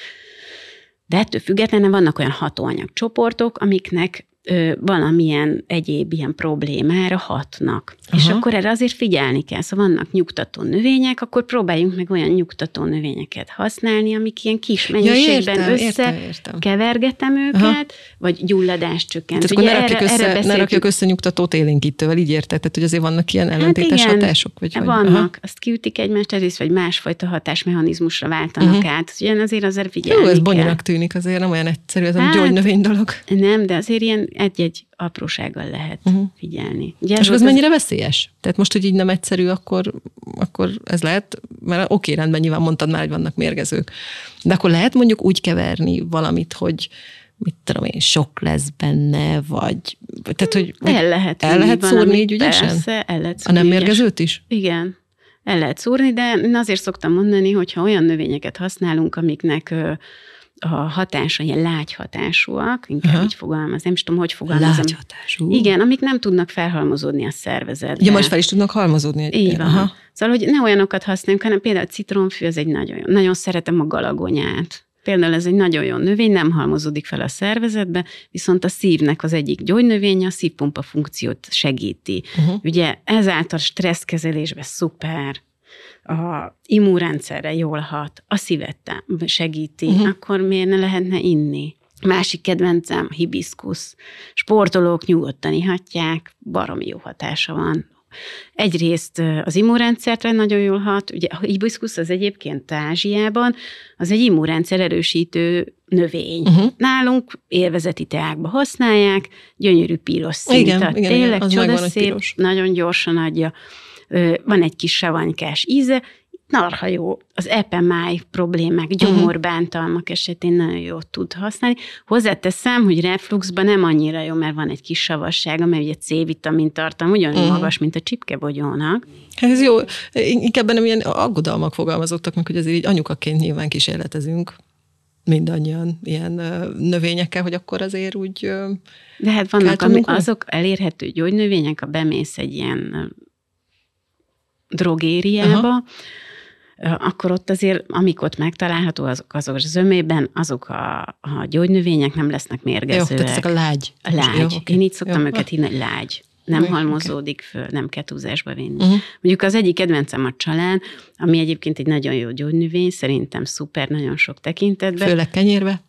De ettől függetlenül vannak olyan hatóanyagcsoportok, amiknek ö, valamilyen egyéb ilyen problémára hatnak. Aha. És akkor erre azért figyelni kell. Szóval vannak nyugtató növények, akkor próbáljunk meg olyan nyugtató növényeket használni, amik ilyen kis mennyiségben ja, összekevergetem őket, Aha. vagy gyulladást csökkent. Tehát akkor ne rakjuk össze, erre ne rakjuk össze nyugtatót élénkítővel, így érted? Tehát, hogy azért vannak ilyen ellentétes hát igen, hatások? Vagy vannak. Aha. Azt kiütik egymást, egyrészt, vagy másfajta hatásmechanizmusra váltanak uh-huh. át. Ugyan azért azért figyelni Jó, ez kell. bonyolultnak tűnik azért, nem olyan egyszerű, ez hát, a gyógynövény dolog. Nem, de azért ilyen egy-egy aprósággal lehet uh-huh. figyelni. Ugye és az, az mennyire veszélyes? Tehát most, hogy így nem egyszerű, akkor, akkor ez lehet, mert oké, rendben, nyilván mondtad már, hogy vannak mérgezők, de akkor lehet mondjuk úgy keverni valamit, hogy mit tudom én, sok lesz benne, vagy tehát, hogy el lehet, el lehet szúrni így ügyesen? Persze, el lehet szúrni. A nem mérgezőt is? Igen, el lehet szúrni, de én azért szoktam mondani, hogyha olyan növényeket használunk, amiknek a hatása ilyen lágy hatásúak, inkább Aha. így fogalmaz, nem is tudom, hogy fogalmazom. Lágy hatású. Igen, amik nem tudnak felhalmozódni a szervezetben. Ugye most fel is tudnak halmozódni. Így van. Aha. Szóval, hogy ne olyanokat használjunk, hanem például a citromfű, az egy nagyon jó. Nagyon szeretem a galagonyát. Például ez egy nagyon jó növény, nem halmozódik fel a szervezetbe, viszont a szívnek az egyik gyógynövénye a szívpumpa funkciót segíti. Uh-huh. Ugye ezáltal stresszkezelésben szuper, a immunrendszerre jól hat, a szívet segíti, uh-huh. akkor miért ne lehetne inni? Másik kedvencem, hibiszkusz. Sportolók nyugodtan ihatják, baromi jó hatása van. Egyrészt az immunrendszerre nagyon jól hat, ugye a hibiszkusz az egyébként Ázsiában, az egy immunrendszer erősítő növény. Uh-huh. Nálunk élvezeti teákba használják, gyönyörű piros szint, tényleg csodaszép, nagyon gyorsan adja. Van egy kis savanykás íze, narha jó, az epemáj problémák, gyomorbántalmak esetén nagyon jót tud használni. Hozzáteszem, hogy refluxban nem annyira jó, mert van egy kis savassága, mert ugye C-vitamin tartalom ugyanúgy uh-huh. magas, mint a csipkebogyónak. Ez jó, inkább bennem ilyen aggodalmak fogalmazottak meg, hogy azért így anyukaként nyilván kísérletezünk mindannyian ilyen növényekkel, hogy akkor azért úgy de hát vannak ami, azok elérhető gyógynövények, ha bemész egy ilyen drogériába, aha. akkor ott azért, amik ott megtalálható, azok, azok zömében, azok a, a gyógynövények nem lesznek mérgezőek. Jó, tehát ezek a lágy. A lágy. Jó, okay. Én így szoktam jó. őket hívni, lágy. Nem okay. halmozódik föl, nem kell túlzásba vinni. Uh-huh. Mondjuk az egyik kedvencem a csalán, ami egyébként egy nagyon jó gyógynövény, szerintem szuper, nagyon sok tekintetben. Főleg kenyérbe.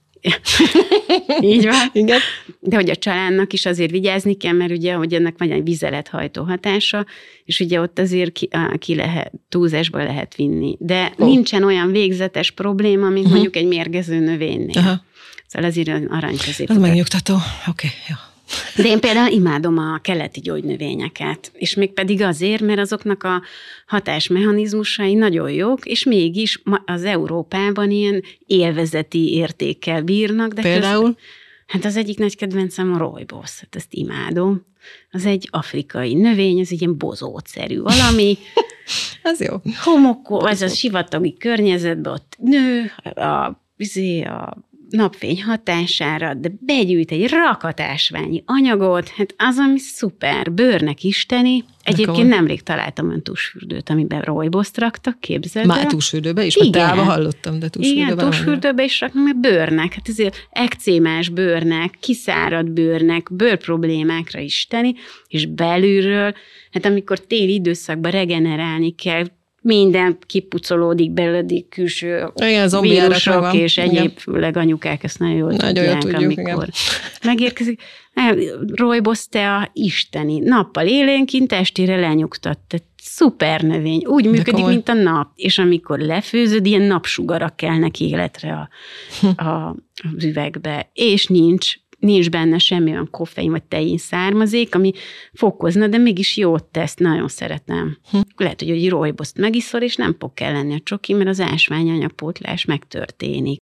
Így van. Igen. De hogy a csalánnak is azért vigyázni kell, mert ugye, hogy ennek van egy vizelethajtó hatása, és ugye ott azért ki, ki lehet, túlzásba lehet vinni. De oh. nincsen olyan végzetes probléma, mint uh-huh. mondjuk egy mérgező növénynél. Uh-huh. Szóval azért arany közé. Ez megnyugtató. Oké, okay, jó. De én például imádom a keleti gyógynövényeket, és mégpedig azért, mert azoknak a hatásmechanizmusai nagyon jók, és mégis az Európában ilyen élvezeti értékkel bírnak. De például? Közben, hát az egyik nagy kedvencem a rooibos, hát ezt imádom. Az egy afrikai növény, ez egy ilyen bozótszerű valami. Az jó. Homokó, ez a sivatagi környezetben ott nő, a, a napfény hatására, de begyűjt egy rakatásványi anyagot, hát az, ami szuper, bőrnek isteni. Egyébként nemrég találtam olyan tusfürdőt, amiben rooiboszt raktak, képzeld el. Már tusfürdőbe is? Igen. Teába hallottam, de tusfürdőbe. Igen, tusfürdőbe is raknak, mert bőrnek. Hát ezért ekcémás bőrnek, kiszáradt bőrnek, bőrproblémákra isteni, és belülről, hát amikor téli időszakban regenerálni kell, minden kipucolódik belőle, külső igen, vírusok és egyéb, igen. főleg anyukák ezt nagyon jól nagyon tudják, tudjuk, amikor igen. megérkezik. Rooibos tea isteni, nappal élénkint, estére lenyugtat. Tehát szuper növény, úgy működik, mint a nap. És amikor lefőzöd, ilyen napsugarak kelnek életre a, a, az üvegbe. És nincs nincs benne semmi olyan koffein vagy tein származék, ami fokozna, de mégis jót tesz, nagyon szeretem. Hm. Lehet, hogy egy rooiboszt megiszol, és nem fog kell lenni a csoki, mert az ásványanyagpótlás megtörténik.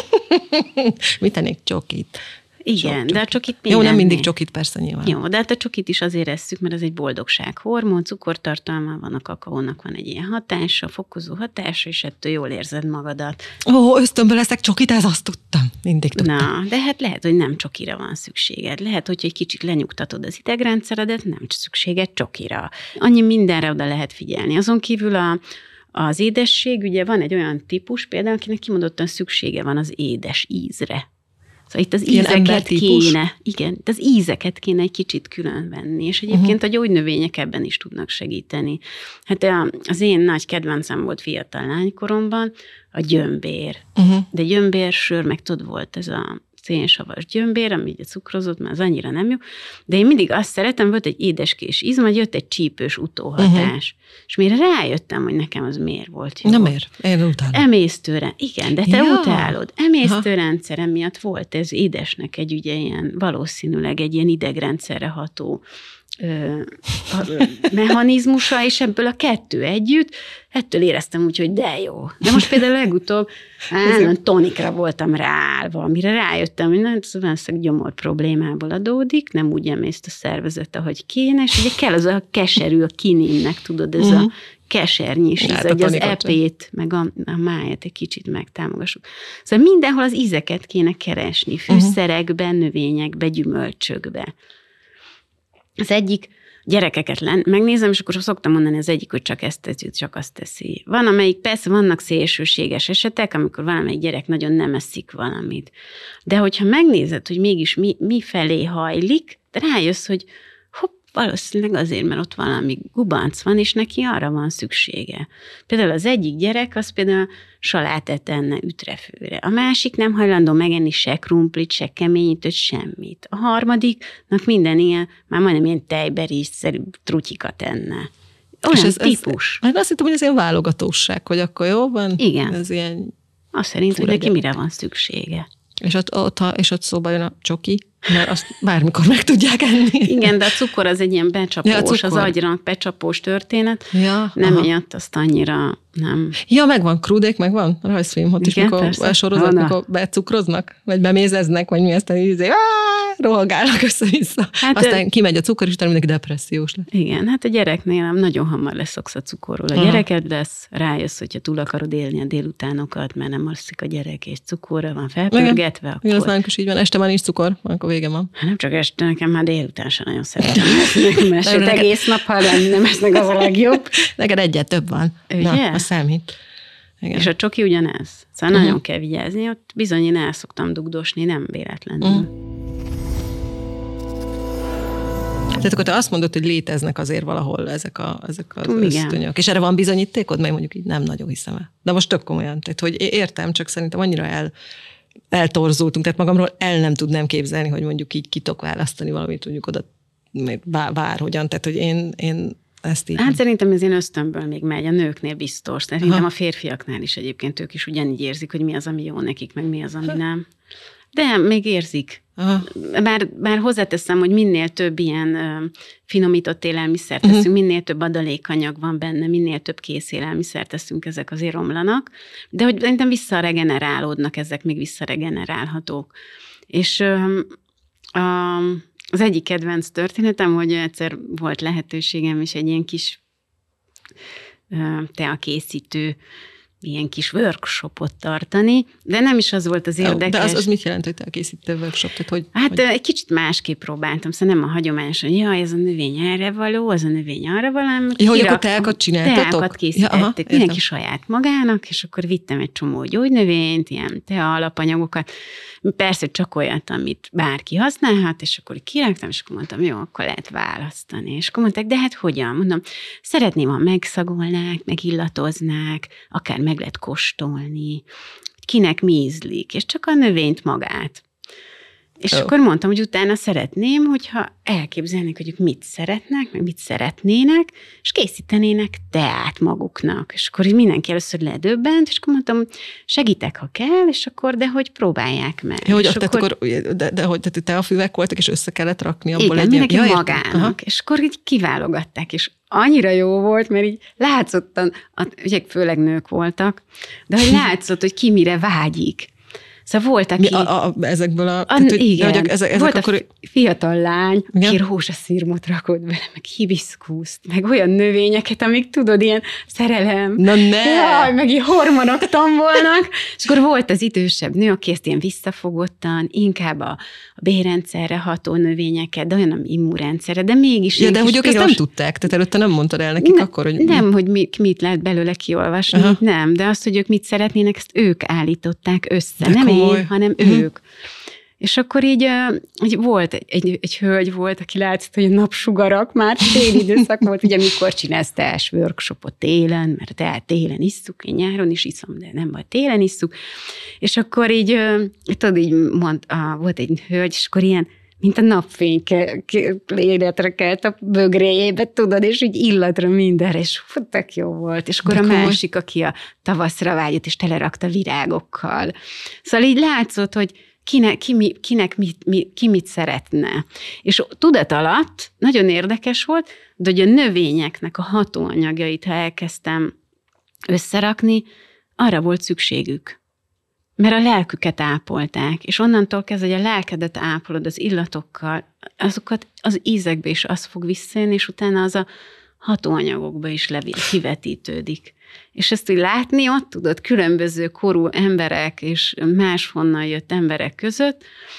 Mit tennék csokit? Igen, Csok, de a csokit jó, nem mindig csokit, persze nyilván. Jó, de hát a csokit is azért esszük, mert ez egy boldogsághormon, cukortartalma van, a kakaónak van egy ilyen hatása, fokozó hatása, és ettől jól érzed magadat. Ó, ösztönből leszek csokit, ez azt tudtam. Mindig tudtam. Na, de hát lehet, hogy nem csokira van szükséged. Lehet, hogy egy kicsit lenyugtatod az idegrendszeredet, nem szükséged csokira. Annyi mindenre oda lehet figyelni. Azon kívül a az édesség, ugye van egy olyan típus, például, akinek kimondottan szüksége van az édes ízre. Szóval itt az ilyen ízeket kéne, igen, itt az ízeket kéne egy kicsit külön venni, és egyébként uh-huh. a gyógynövények ebben is tudnak segíteni. Hát az én nagy kedvencem volt fiatal lánykoromban a gyömbér. Uh-huh. De gyömbérsör, meg tudod, volt ez a szénsavas gyömbér, ami ugye cukrozott, mert az annyira nem jó, de én mindig azt szeretem, volt egy édeskés íz, majd jött egy csípős utóhatás. Uh-huh. És mire rájöttem, hogy nekem az miért volt jó. Na miért? Én utálom. Emésztőre, igen, de te ja. utálod. Emésztőrendszerem miatt volt ez édesnek egy ugye ilyen, valószínűleg egy ilyen idegrendszerre ható ö, ö, mechanizmusa, és ebből a kettő együtt, ettől éreztem úgy, hogy de jó. De most például legutóbb állandóan tonikra voltam ráállva, amire rájöttem, hogy nem, ez gyomor problémából adódik, nem úgy emészt a szervezet, ahogy kéne, és ugye kell az a keserű, a kininnek, tudod, ez uh-huh. a kesernyis íz, hogy az epét, meg a, a máját egy kicsit megtámogassuk. Szóval mindenhol az ízeket kéne keresni, fűszerekben, növényekben, gyümölcsökben. Az egyik gyerekeket len, megnézem, és akkor szoktam mondani az egyik, hogy csak ezt teszi, csak azt teszi. Van, amelyik persze vannak szélsőséges esetek, amikor valamelyik gyerek nagyon nem eszik valamit. De hogyha megnézed, hogy mégis mi, mi felé hajlik, rájössz, hogy hopp, valószínűleg azért, mert ott valami gubanc van, és neki arra van szüksége. Például az egyik gyerek, az például salátát enne ütrefőre. A másik nem hajlandó megenni se krumplit, se keményítőt, semmit. A harmadiknak minden ilyen, már majdnem ilyen tejberízszerű trutyikat enne. Olyan ez, típus. Ez, azt hittem, hogy ez ilyen válogatóság, hogy akkor jó van? Igen. Ez ilyen azt szerint, hogy neki mire van szüksége. És ott, ott, és ott szóba jön a csoki, mert azt bármikor meg tudják enni. Igen, de a cukor az egy ilyen becsapós, ja, az agyra becsapós történet. Ja, nem miatt azt annyira nem. Ja, megvan, krudék, megvan a rajzfilm, ott igen, is, mikor a sorozat, ha, mikor becukroznak, vagy bemézeznek, vagy mi aztán így rohagálnak össze-vissza. Hát aztán de... kimegy a cukor, és utána mindenki depressziós lesz. Igen, hát a gyereknél nagyon hamar leszoksz a cukorról. A aha. gyereked lesz, rájössz, hogyha túl akarod élni a délutánokat, mert nem alszik a gyerek, és cukorra van felpörgetve. Igen, akkor... az nálunk is így van. Este már nincs cukor, akkor vége van. Hát nem csak este, nekem már délután sem nagyon szeretem esni, mert neked... egész nap, ha nem esznek, az a legjobb. Neked egyet több van. Ugye? Na, a számít. Igen. És a csoki ugyanez. Szóval uh-huh. nagyon kell vigyázni, ott bizony én el szoktam dugdosni, nem véletlenül. Uh-huh. Tehát akkor te azt mondod, hogy léteznek azért valahol ezek, a, ezek az igen. ösztönyök. És erre van bizonyítékod? Mert mondjuk így nem nagyon hiszem el. De most tök komolyan. Tehát, hogy értem, csak szerintem annyira el, eltorzultunk. Tehát magamról el nem tudnám képzelni, hogy mondjuk így ki tudok választani valamit, mondjuk oda bárhogyan. Tehát, hogy én, én ezt így... Hát nem. Szerintem ez én ösztönből még megy, a nőknél biztos. Szerintem a férfiaknál is egyébként ők is ugyanígy érzik, hogy mi az, ami jó nekik, meg mi az, ami nem. De még érzik. Bár, bár hozzáteszem, hogy minél több ilyen uh, finomított élelmiszert teszünk, uh-huh. minél több adalékanyag van benne, minél több kész élelmiszert teszünk, ezek azért romlanak, de hogy szerintem visszaregenerálódnak, ezek még visszaregenerálhatók. És uh, a, az egyik kedvenc történetem, hogy egyszer volt lehetőségem is egy ilyen kis uh, teakészítő ilyen kis workshopot tartani, de nem is az volt az érdekes. De az, az mit jelent, hogy te készítettél workshop? Tehát, hogy, hát hogy... egy kicsit másképp próbáltam, szóval nem a hagyományos, hogy jaj, ez a növény erre való, az a növény arra való. Ja, hogy akkor teákat csináltatok? Teákat készítették, ja, aha, mindenki saját magának, és akkor vittem egy csomó gyógynövényt, ilyen tea alapanyagokat, persze csak olyat, amit bárki használhat, és akkor kiraktam, és akkor mondtam, jó, akkor lehet választani. És akkor mondták, de hát hogyan? Mondom, szeretném, ha megszagolnák, megillatoznák, akár meg lehet kóstolni, kinek mi ízlik, és csak a növényt magát. És oh. akkor mondtam, hogy utána szeretném, hogyha elképzelnék, hogy ők mit szeretnek, meg mit szeretnének, és készítenének teát maguknak. És akkor mindenki először ledöbbent, és akkor mondtam, segítek, ha kell, és akkor, de hogy próbálják meg. Ja, hogy és ott, akkor, akkor, de, de hogy tehát teafüvek voltak, és össze kellett rakni abból igen, egy mindenki ja, magának. Aha. És akkor így kiválogatták, és annyira jó volt, mert így látszottan, ugye főleg nők voltak, de hogy látszott, hogy ki mire vágyik. Szóval volt, aki... Mi a, a, ezekből a... a tehát, hogy, igen, hogy ezek, ezek volt akkor... a fiatal lány, aki rózsaszírmot rakott bele, meg hibiszkuszt, meg olyan növényeket, amik tudod, ilyen szerelem. Na ne! Jaj, meg ilyen hormonok tombolnak. És akkor volt az idősebb nő, aki ezt ilyen visszafogottan, inkább a, a bérrendszerre ható növényeket, de olyan immunrendszerre, de mégis... Ja, de hogy ők piros... ezt nem tudták, tehát előtte nem mondtad el nekik ne, akkor, hogy... Nem, hogy mi, mit lehet belőle kiolvasni, aha. nem, de azt, hogy ők mit szeretnének, ezt ők állították össze. De nem én, hanem uh-huh. ők. És akkor így, így volt, egy, egy, egy hölgy volt, aki látszott, hogy a napsugarak már téli időszak volt, ugye mikor csinálsz teás workshopot télen, mert teát télen isszuk, én nyáron is iszom, de nem baj, télen isszuk. És akkor így, tudod, így mond, ah, volt egy hölgy, és akkor ilyen, mint a napfény életre kelt a bögréjébe, tudod, és így illatra mindenre, és tök jó volt. És akkor de a komoly. Másik, aki a tavaszra vágyott, és telerakta virágokkal. Szóval így látszott, hogy kinek, ki, kinek mit, mi, ki mit szeretne. És tudat alatt nagyon érdekes volt, de hogy a növényeknek a hatóanyagjait, ha elkezdtem összerakni, arra volt szükségük. Mert a lelküket ápolták, és onnantól kezdve, hogy a lelkedet ápolod az illatokkal, azokat az ízekbe is az fog visszajönni, és utána az a hatóanyagokba is levi, kivetítődik. És ezt úgy látni, ott tudod, különböző korú emberek és máshonnan jött emberek között,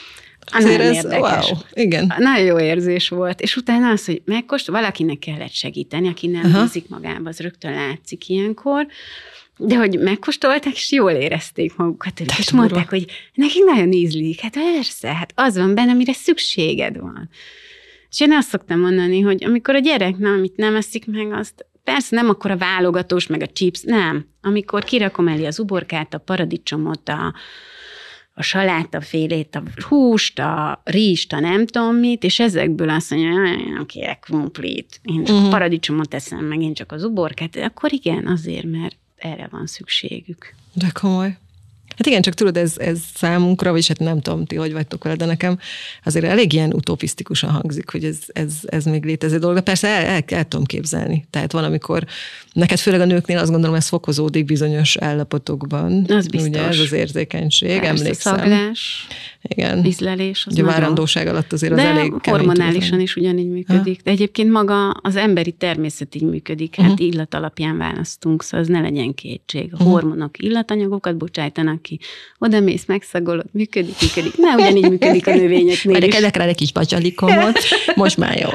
Azért ez, wow, igen. Nagyon jó érzés volt. És utána az, hogy megkóstol, valakinek kellett segíteni, aki nem Aha. bízik magába, az rögtön látszik ilyenkor, de hogy megkóstolták, és jól érezték magukat. És durva. Mondták, hogy nekik nagyon ízlik. Hát persze, hát az van benne, amire szükséged van. És én azt szoktam mondani, hogy amikor a gyerek nem, amit nem eszik meg, azt persze nem akkor a válogatós, meg a chips, nem. Amikor kirakom elé az uborkát, a paradicsomot, a, a salátafélét, a húst, a rizst, a nem tudom mit, és ezekből azt mondja, hogy nem kérek krumplit, én csak uh-huh. paradicsomot eszem, meg én csak az uborkát, akkor igen, azért, mert erre van szükségük. De komoly. Hát igen, csak tudod, ez, ez számunkra, vagyis hát nem tudom, ti hogy vagytok vele, de nekem azért elég ilyen utopisztikusan hangzik, hogy ez, ez, ez még létező dolog. De persze el, el, el tudom képzelni. Tehát van, amikor neked főleg a nőknél azt gondolom, ez fokozódik bizonyos állapotokban. Az biztos. Ugye ez az érzékenység, persze, emlékszem. Szaglás, igen. ízlelés. Az ugye a várandóság alatt azért az de elég kemény. De hormonálisan is ugyanígy működik. Ha? De egyébként maga az emberi természet így működik. Hát uh-huh. illat alapján választunk, szóval az ne legyen kétség. A uh-huh. hormonok illatanyagokat bocsájtanak ki. Oda mész, megszagolod, működik, működik. Na, ugyanígy működik a növényeknél is. Majd kedek rá egy kis bacsalikomot, most már jó.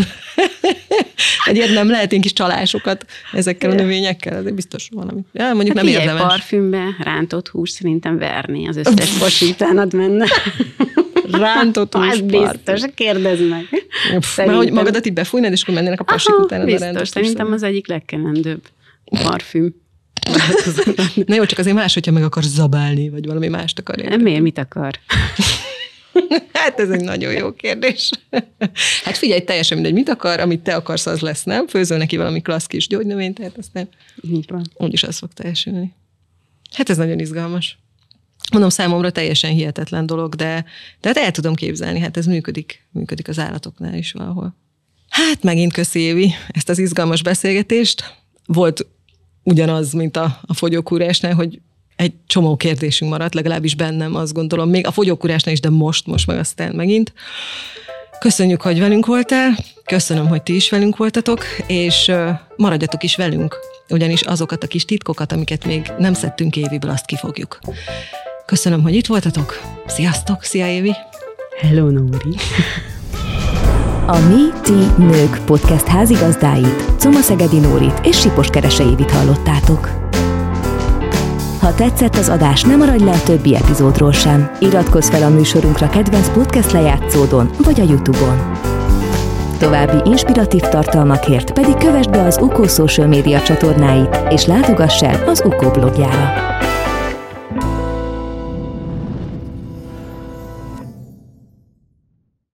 Egyébként nem lehet én kis csalásokat ezekkel a növényekkel, azért biztos van, amit ja, mondjuk hát nem érdemes. Hát parfümbe rántott hús szerintem verni, az összes pasi utánad menne. Rántott hús az biztos, kérdezd meg. Mert hogy magadat így befújnád, és akkor mennének a pasik utánad a rántott biztos, szerintem az egyik legkelendőbb parfüm. Na jó, csak azért más, hogyha meg akar zabálni, vagy valami mást akar. Nem, miért, mit akar? Hát ez egy nagyon jó kérdés. Hát figyelj, teljesen mindegy, mit akar, amit te akarsz, az lesz, nem? Főzöl neki valami klassz kis gyógynövényt, tehát aztán úgyis az fog teljesülni. Hát ez nagyon izgalmas. Mondom, számomra teljesen hihetetlen dolog, de, de hát el tudom képzelni, hát ez működik, működik az állatoknál is valahol. Hát megint köszi, Évi, ezt az izgalmas beszélgetést. Volt ugyanaz, mint a, a fogyókúrásnál, hogy egy csomó kérdésünk maradt, legalábbis bennem, azt gondolom, még a fogyókúrásnál is, de most, most meg aztán megint. Köszönjük, hogy velünk voltál, köszönöm, hogy ti is velünk voltatok, és maradjatok is velünk, ugyanis azokat a kis titkokat, amiket még nem szedtünk Éviből, azt kifogjuk. Köszönöm, hogy itt voltatok. Sziasztok, szia Évi! Hello, Nóri! A Mi, Ti, Nők podcast házigazdáit, Czoma-Szegedi Nórit és Sipos Kerese Évit hallottátok. Ha tetszett az adás, ne maradj le a többi epizódról sem. Iratkozz fel a műsorunkra kedvenc podcast lejátszódon vagy a YouTube-on. További inspiratív tartalmakért pedig kövesd be az u ká o social média csatornáit, és látogass el az u ká o blogjára.